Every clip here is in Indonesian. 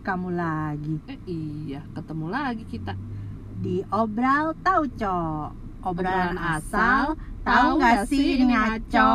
kamu lagi. Iya, ketemu lagi kita Di Obral Tauco. Obrolan asal, tahu gak sih ini ngaco?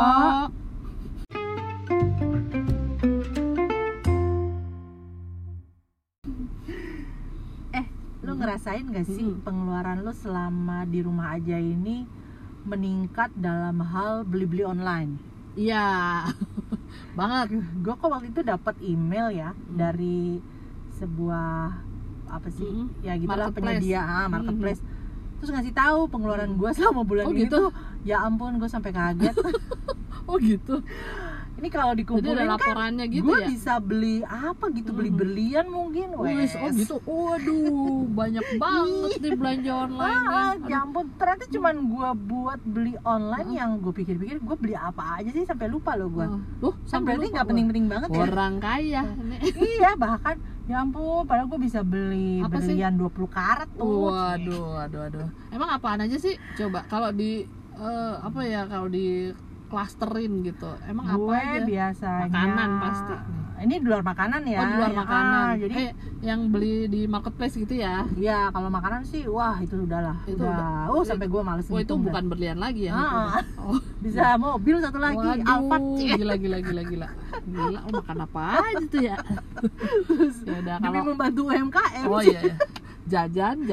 Lo ngerasain gak sih pengeluaran lo selama di rumah aja ini meningkat dalam hal beli-beli online? Iya, banget. Gue kok waktu itu dapat email ya dari sebuah apa sih ya gitulah penyedia marketplace. Terus ngasih tahu pengeluaran gue selama bulan ini gitu? tuh, ya ampun gue sampai kaget. Oh gitu. Ini kalau dikumpulin Jadi ada kan laporannya gitu gue ya? bisa beli apa gitu, beli berlian mungkin. Wes, oh gitu. Waduh, banyak banget nih belanja online-nya. Ya ampun, ternyata cuman gue buat beli online yang gue pikir-pikir gue beli apa aja sih sampai lupa loh gue. Sampai berarti lupa nggak penting-penting banget ya. Orang kaya nih. Iya, bahkan ya ampun, padahal gue bisa beli Apa berlian 20 karat tuh. Waduh. Emang apaan aja sih? Coba kalau di apa ya, kalau di klasterin gitu. Emang Gue apa aja? biasanya Makanan pasti. Ini di luar makanan ya. Oh, di luar makanan. Jadi yang beli di marketplace gitu ya. iya, kalau makanan sih wah itu udahlah. Itu udah. Sampai gue males Oh, itu ngitung bukan dah. berlian lagi ya. Oh, bisa mobil satu lagi. Waduh, Alphard. gila. Gila, makan apa aja tuh ya. Ya udah, Demi kalau membantu UMKM. oh iya. Jajan.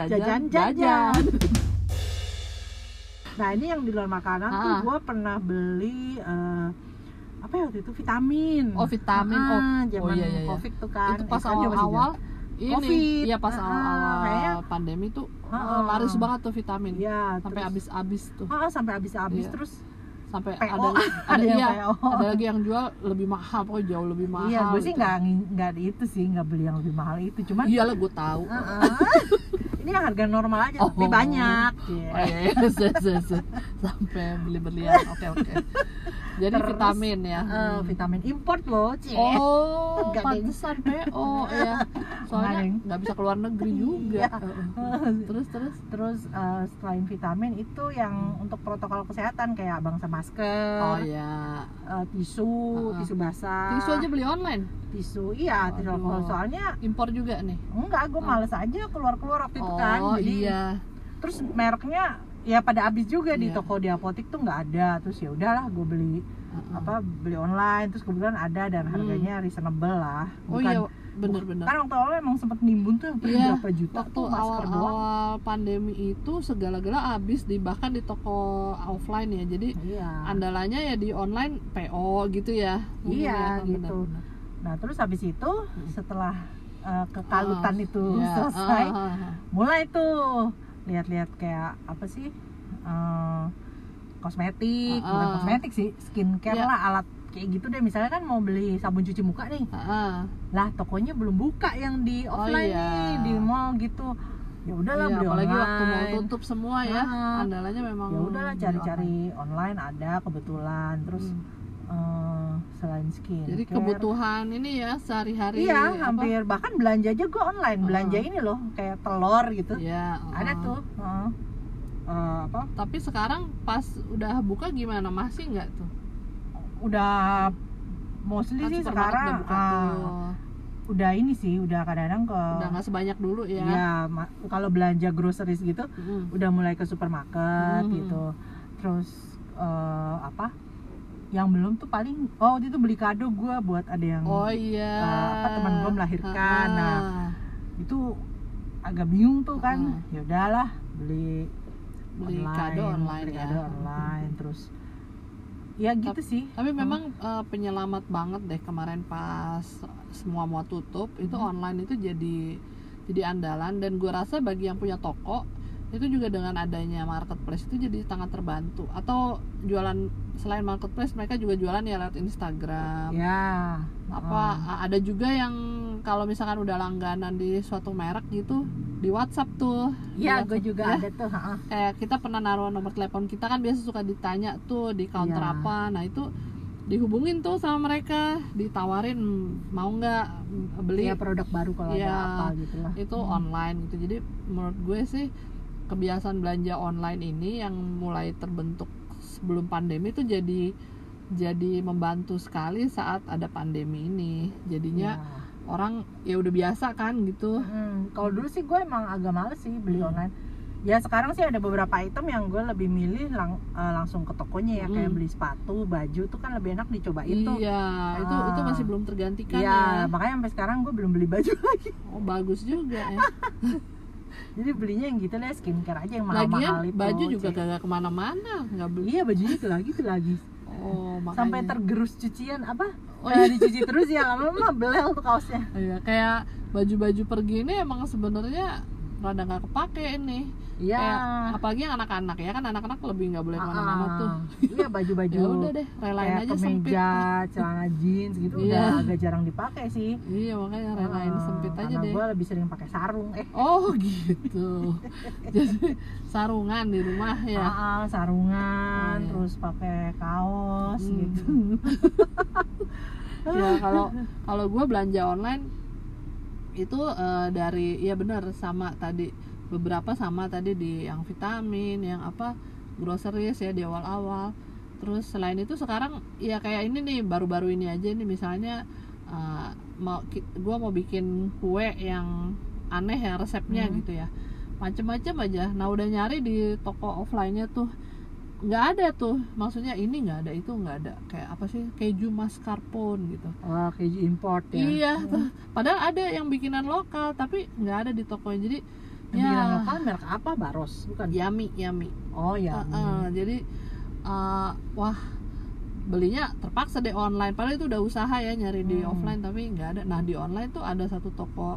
Nah, ini yang di luar makanan tuh gue pernah beli apa ya waktu itu, vitamin. Oh, vitamin. Zaman Iya. Covid tuh kan. Itu pas kan dia masih awal-awal ini. Covid. Iya, pas awal-awal kayaknya pandemi tuh laris banget tuh vitamin. Iya, Sampai habis-habis tuh. sampai habis-habis. Iya. Terus Sampai PO. ada yang iya, PO. ada lagi yang jual lebih mahal, pokoknya jauh lebih mahal. Iya, gue sih gitu. nggak itu sih, nggak beli yang lebih mahal itu, cuman Iyalah, gue tahu. ini yang harga normal aja, tapi banyak. Oh iya. Sampai beli berlian. Oke. Jadi Terus, vitamin ya. Vitamin import loh, Cie. Oh, Nggak, Deng. pantesan PO ya. Soalnya Deng. nggak bisa keluar negeri juga. Terus selain vitamin itu yang untuk protokol kesehatan kayak bangsa masker, Oh iya. tisu basah. Tisu aja beli online. Tisu, iya, tisu Aduh. alkohol. Soalnya Impor juga nih. enggak, gue males aja keluar waktu itu kan. Oh Jadi iya. terus mereknya ya pada habis juga di Iya. toko di apotek tuh nggak ada. Terus ya udahlah gue beli beli online, terus kebetulan ada dan harganya reasonable lah. Oh iya, bener-bener. Kan waktu awal emang sempat nimbun tuh hampir Iya, berapa juta waktu tuh masker doang. awal pandemi itu segala-gala habis bahkan di toko offline ya. Jadi Iya. andalannya ya di online PO gitu ya. Iya, Bener, gitu. bener. Nah, terus habis itu setelah kekalutan itu Iya, selesai, mulai tuh lihat-lihat kayak apa sih? Kosmetik, bukan kosmetik sih, skincare Iya. lah, alat kayak gitu deh. Misalnya kan mau beli sabun cuci muka nih. Lah, tokonya belum buka yang di offline nih, di mall gitu. Ya udahlah, beli apalagi online. waktu mau tutup semua ya. Andalannya memang Ya udahlah, beli cari-cari online ada kebetulan. Terus selain skincare, Jadi kebutuhan ini ya sehari-hari. iya, hampir bahkan belanja aja gue online. Belanja ini loh, kayak telur gitu. Iya. Ada tuh. Apa? Tapi sekarang pas udah buka gimana, masih nggak tuh? Udah mostly Kan sih supermarket sekarang udah buka tuh. udah ini sih, udah kadang-kadang ke Udah nggak sebanyak dulu ya. ya kalau belanja groceries gitu udah mulai ke supermarket gitu. Terus apa? Yang belum tuh paling waktu itu beli kado gue buat ada yang teman gue melahirkan. Nah, itu agak bingung tuh kan. Ya udahlah, beli kado online ya. Terus ya gitu sih. Tapi memang penyelamat banget deh kemarin pas semua mau tutup itu online itu jadi andalan, dan gue rasa bagi yang punya toko itu juga dengan adanya marketplace itu jadi sangat terbantu. Atau jualan selain marketplace mereka juga jualan ya lewat Instagram. Ya. Ada juga yang kalau misalkan udah langganan di suatu merek gitu di WhatsApp tuh. Iya, gue juga ada tuh. Kayak kita pernah naruh nomor telepon kita kan, biasa suka ditanya tuh di counter apa. Nah itu dihubungin tuh sama mereka, ditawarin mau nggak beli produk baru kalau ada apa gitu lah. Itu online gitu. Jadi menurut gue sih kebiasaan belanja online ini yang mulai terbentuk sebelum pandemi itu jadi membantu sekali saat ada pandemi ini. Jadinya orang ya udah biasa kan gitu. Kalau dulu sih gue emang agak males sih beli online. Ya sekarang sih ada beberapa item yang gue lebih milih langsung ke tokonya ya, kayak beli sepatu, baju tuh kan lebih enak dicobain tuh. Iya, itu masih belum tergantikan ya. Makanya sampai sekarang gue belum beli baju lagi. Oh, bagus juga ya. Jadi belinya yang gitu lah, skincare aja yang mahal-mahal itu. Baju juga kagak kemana-mana, nggak beli. Iya, bajunya itu lagi. Oh, makanya. Sampai tergerus cucian apa? Dicuci terus ya, lama-lama belel tuh kaosnya. Iya, kayak baju-baju pergi ini emang sebenarnya rada nggak kepake ini. Iya. Apalagi yang anak-anak ya kan, anak-anak lebih nggak boleh kemana-mana tuh. Iya, baju-baju. Ya udah deh, relain aja kemeja, sempit. celana jeans gitu udah agak jarang dipakai sih. Iya, makanya relain sempit aja deh. Karena gue lebih sering pakai sarung. Oh gitu. Jadi sarungan di rumah ya. Sarungan, terus pakai kaos gitu. Ya kalau gue belanja online itu dari ya benar sama tadi beberapa sama tadi di yang vitamin, yang apa groceries ya di awal-awal. Terus selain itu sekarang ya kayak ini nih baru-baru ini aja nih misalnya gue mau bikin kue yang aneh ya resepnya gitu ya, macem-macem aja. Nah udah nyari di toko offline-nya tuh nggak ada tuh, maksudnya ini nggak ada, itu nggak ada, kayak apa sih, keju mascarpone gitu. Oh, keju import ya. Iya tuh. Padahal ada yang bikinan lokal tapi nggak ada di toko. Jadi yang bikinan lokal merek apa? Baros bukan? Yummy. Oh ya. Jadi wah belinya terpaksa deh online, padahal itu udah usaha ya nyari di offline tapi nggak ada. Nah di online tuh ada satu toko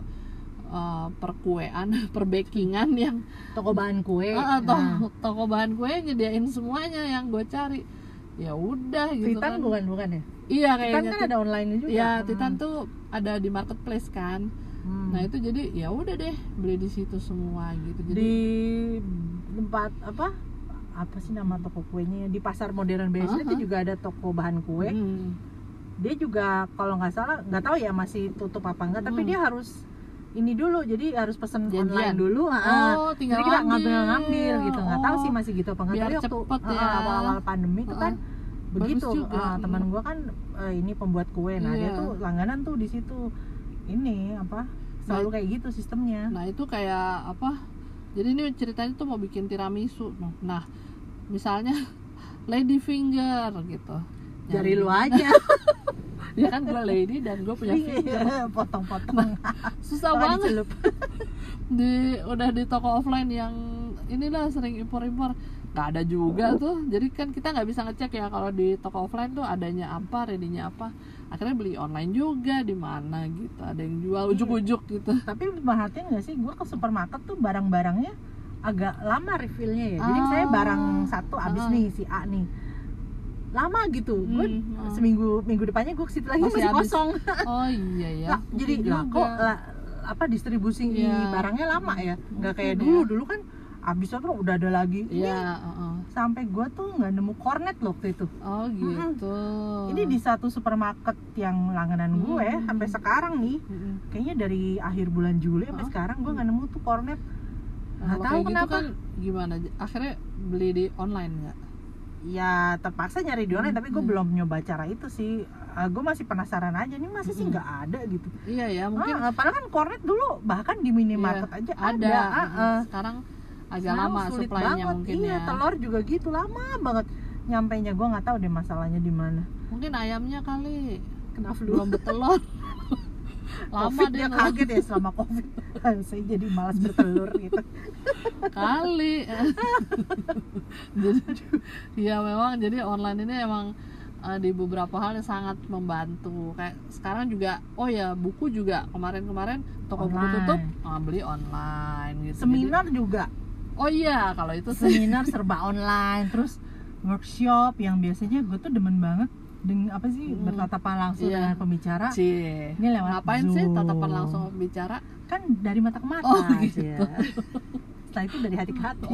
perkuean, perbakingan yang toko bahan kue. Toko bahan kue nyediain semuanya yang gue cari. Ya udah gitu. Titan kan. bukan ya? Iya kayaknya. Titan kan ada online juga. Iya, Titan tuh ada di marketplace kan. Nah itu jadi ya udah deh beli di situ semua gitu. Jadi di tempat apa sih nama toko kuenya, di pasar modern BSD itu juga ada toko bahan kue. Dia juga kalau nggak salah, nggak tahu ya masih tutup apa enggak, tapi dia harus ini dulu, jadi harus pesen online dulu. Tinggal jadi kita ngambil gitu. Nggak tahu sih masih gitu apa enggak. Biar Tapi waktu awal-awal pandemi itu kan begitu. Teman gua kan ini pembuat kue, nah dia tuh langganan tuh di situ. Ini selalu kayak gitu sistemnya. Nah itu kayak apa, jadi ini ceritanya tuh mau bikin tiramisu. Nah misalnya lady finger gitu, jari lu aja. Ya kan gue lady dan gue punya finger, potong-potong. Susah banget. Udah di toko offline yang inilah sering impor-impor, nggak ada juga tuh. Jadi kan kita nggak bisa ngecek ya kalau di toko offline tuh adanya apa, ready-nya apa. Akhirnya beli online juga di mana gitu, ada yang jual ujuk-ujuk gitu. Tapi perhatiin nggak sih, gue ke supermarket tuh barang-barangnya agak lama refillnya ya. Jadi misalnya barang satu habis nih si A nih, lama gitu. Gue minggu depannya gue ke situ lagi masih kosong. Oh iya ya. Nah, jadi kok distribusi barangnya lama ya, nggak kayak dulu kan habis itu udah ada lagi. Iya. Sampai gue tuh nggak nemu kornet loh waktu itu. Oh gitu. Ini di satu supermarket yang langganan gue sampai sekarang nih, kayaknya dari akhir bulan Juli sampai sekarang gue nggak nemu tuh kornet. Nggak tahu gitu kenapa. Kan gimana? Akhirnya beli di online nggak? Ya terpaksa nyari di online, tapi gue belum nyoba cara itu sih. Gue masih penasaran aja nih, masa sih nggak ada gitu. Iya ya mungkin. Padahal kan kornet dulu bahkan di minimarket aja ada. Sekarang agak lama supply-nya mungkin ya. Telur juga gitu lama banget nyampainya. Gue nggak tahu deh masalahnya di mana. Mungkin ayamnya kali kena flu, belum bertelur. Lama COVID dia kaget ya selama COVID. Saya jadi malas bertelur gitu. Kali. Jadi ya memang jadi online ini emang di beberapa hal sangat membantu. Kayak sekarang juga buku juga kemarin toko buku tutup, beli online gitu. Seminar juga. Oh iya, kalau itu seminar serba online, terus workshop yang biasanya gue tuh demen banget dengan bertatapan langsung dengan pembicara. Ini lewat ngapain Zoom. Sih tatapan langsung pembicara? Kan dari mata ke mata. Gitu. Setelah itu dari hati ke hati.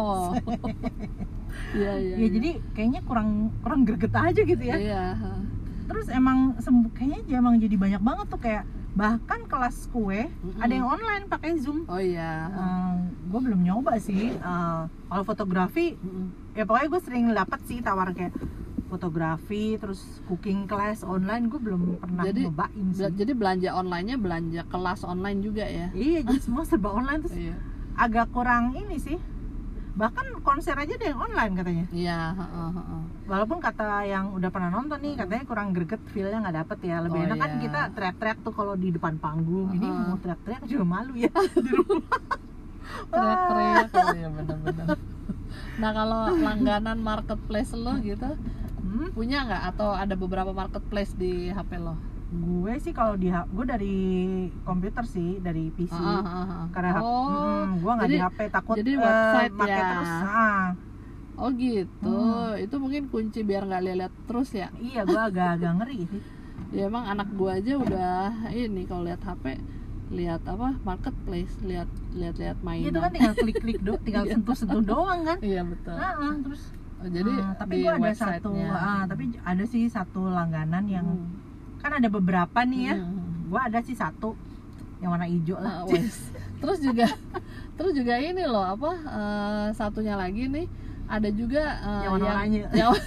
Iya. Ya jadi kayaknya kurang greget aja gitu ya. Iya. Terus emang kayaknya emang jadi banyak banget tuh, kayak bahkan kelas kue ada yang online pakai Zoom. Oh iya. Gue belum nyoba sih. Kalau fotografi ya pokoknya gue sering dapet sih tawar kayak fotografi, terus cooking class online gue belum pernah nyobain sih. Jadi belanja online-nya belanja kelas online juga ya? Iya, jadi semua serba online terus iya. Agak kurang ini sih. Bahkan konser aja ada yang online katanya. Iya. Walaupun kata yang udah pernah nonton nih katanya kurang greget, feel-nya nggak dapet ya. Lebih enak kan kita teriak-teriak tuh kalau di depan panggung. Ini mau teriak-teriak juga malu ya di rumah. Teriak-teriak, ya benar-benar. Nah kalau langganan marketplace lo gitu, punya nggak atau ada beberapa marketplace di HP lo? Gue sih kalau gue dari komputer sih, dari PC. Karena gue nggak di HP, takut jadi website pakai terus. Oh gitu, itu mungkin kunci biar nggak lihat terus ya? Iya, gue agak ngeri sih. Ya emang anak gue aja udah ini kalau lihat HP, lihat apa marketplace, lihat mainan. Itu kan tinggal klik-klik tinggal sentuh-sentuh doang kan? Iya betul. Terus jadi tapi gue ada satu, tapi ada sih satu langganan yang kan ada beberapa nih ya. Gue ada sih satu yang warna hijau lah. Terus juga ini loh apa satunya lagi nih ada juga yang warna oranye.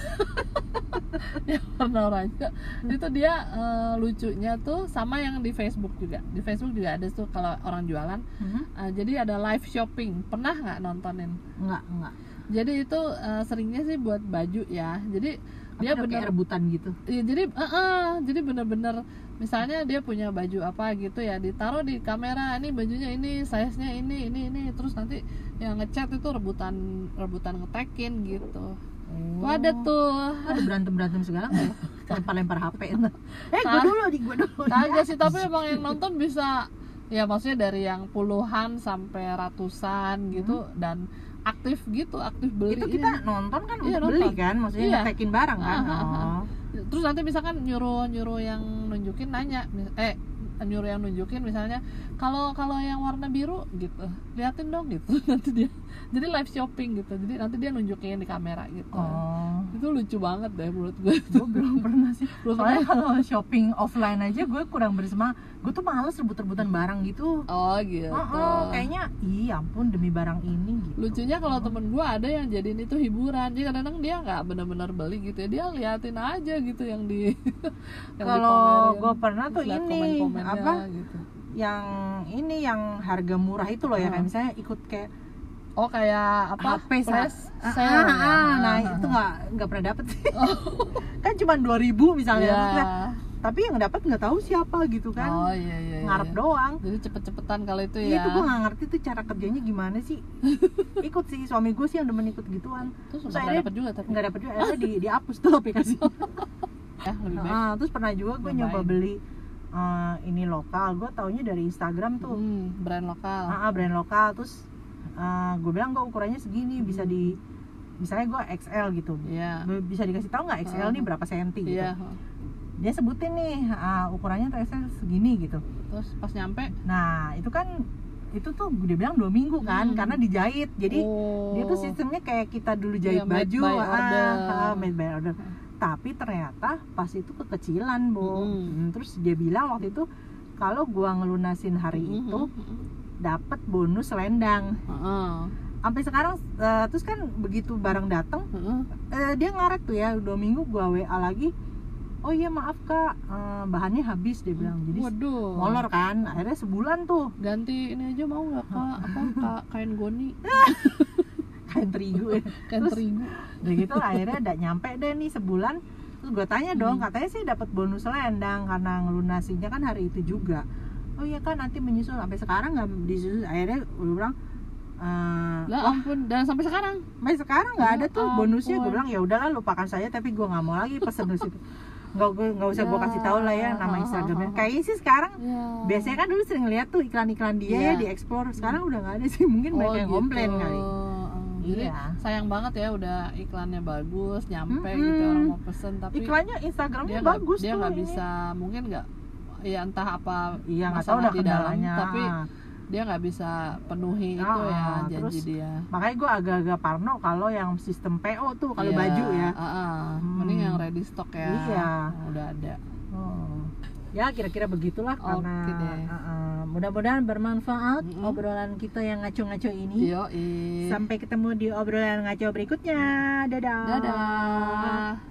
Yang warna oranye itu dia lucunya tuh sama yang di Facebook juga. Di Facebook juga ada tuh kalau orang jualan. Jadi ada live shopping. Pernah nggak nontonin? Enggak. Jadi itu seringnya sih buat baju ya. Jadi dia bener rebutan gitu. Iya, jadi bener-bener misalnya dia punya baju apa gitu ya, ditaruh di kamera, ini bajunya ini, size-nya ini, terus nanti yang ngechat itu rebutan ngetekin gitu. Ada tuh. Ada berantem segala nggak ya? Lempar HP itu. Gue dulu. Kagak sih, tapi emang yang nonton bisa ya maksudnya dari yang puluhan sampai ratusan gitu dan aktif beli. Itu kita nonton kan untuk beli kan, maksudnya ngetekin barang kan. Terus nanti misalkan nyuruh yang nunjukin nanya, nyuruh yang nunjukin misalnya kalau yang warna biru gitu, liatin dong gitu. Nanti dia jadi live shopping gitu, jadi nanti dia nunjukin di kamera gitu. Itu lucu banget deh menurut gue. Gue belum pernah sih. Soalnya kalau shopping offline aja gue kurang bersemangat. Gue tuh males rebut-rebutan barang gitu. Oh gitu. Kayaknya ampun demi barang ini gitu. Lucunya kalau temen gue ada yang jadiin itu hiburan. Jadi kadang-kadang dia nggak benar-benar beli gitu ya, dia liatin aja gitu yang di kalau gue pernah tuh ini apa gitu. yang harga murah itu loh ya, kayak misalnya ikut kayak kayak apa HP sale. Nah itu nggak pernah dapet sih. Kan cuma 2.000 misalnya. Tapi yang dapat nggak tahu siapa gitu kan. Iya. Ngarep doang. Jadi cepet-cepetan kalau itu ya. Itu gue nggak ngerti tuh cara kerjanya gimana sih. Ikut sih, suami gue sih yang demen ikut gituan. Terus nggak dapet juga tapi. Nggak dapet juga, akhirnya dihapus tuh aplikasi. Ya lebih baik. Terus pernah juga gue nyoba beli ini lokal. Gue taunya dari Instagram tuh. Brand lokal. Brand lokal. Terus gue bilang gue ukurannya segini, bisa misalnya gue XL gitu. Bisa dikasih tahu nggak XL nih berapa senti gitu. Dia sebutin nih ukurannya XL segini gitu. Terus pas nyampe, nah itu tuh dia bilang 2 minggu kan, karena dijahit. Jadi dia tuh sistemnya kayak kita dulu jahit baju, made by order. Tapi ternyata pas itu kekecilan, terus dia bilang waktu itu kalau gua ngelunasin hari itu dapat bonus selendang. Sampai sekarang terus kan begitu barang datang, dia ngaret tuh ya, 2 minggu gua WA lagi. Oh iya maaf kak, bahannya habis, dia bilang. Jadi molor kan, akhirnya sebulan tuh ganti ini aja mau nggak kak, kak kain goni. Kain terigu ya. Terigu. Udah gitu akhirnya udah nyampe deh nih sebulan. Terus gue tanya dong, katanya sih dapat bonus selendang karena ngelunasinya kan hari itu juga. Oh iya kan nanti menyusul, sampai sekarang nggak disusul. Akhirnya gue bilang ampun, dan sampai sekarang nggak ada tuh bonusnya. Gue bilang ya udahlah lupakan saya, tapi gue nggak mau lagi pesen di situ. Nggak usah gue kasih tahu lah ya nama Instagramnya. Kayaknya sih sekarang biasanya kan dulu sering lihat tuh iklan-iklan dia ya di explore. Sekarang udah nggak ada sih, mungkin mereka yang komplain kali. Jadi sayang banget ya, udah iklannya bagus, nyampe gitu orang mau pesen, tapi iklannya Instagramnya bagus dia tuh. Dia nggak bisa, mungkin nggak, ya entah apa nggak tahu udah di dalam, kendalanya. Tapi dia nggak bisa penuhi itu ya janji terus, dia. Makanya gue agak-agak parno kalau yang sistem PO tuh kalau baju ya. Mending yang ready stock ya. Udah ada. Ya kira-kira begitulah karena mudah-mudahan bermanfaat obrolan kita yang ngaco-ngaco ini. Sampai ketemu di obrolan ngaco berikutnya. Dadah.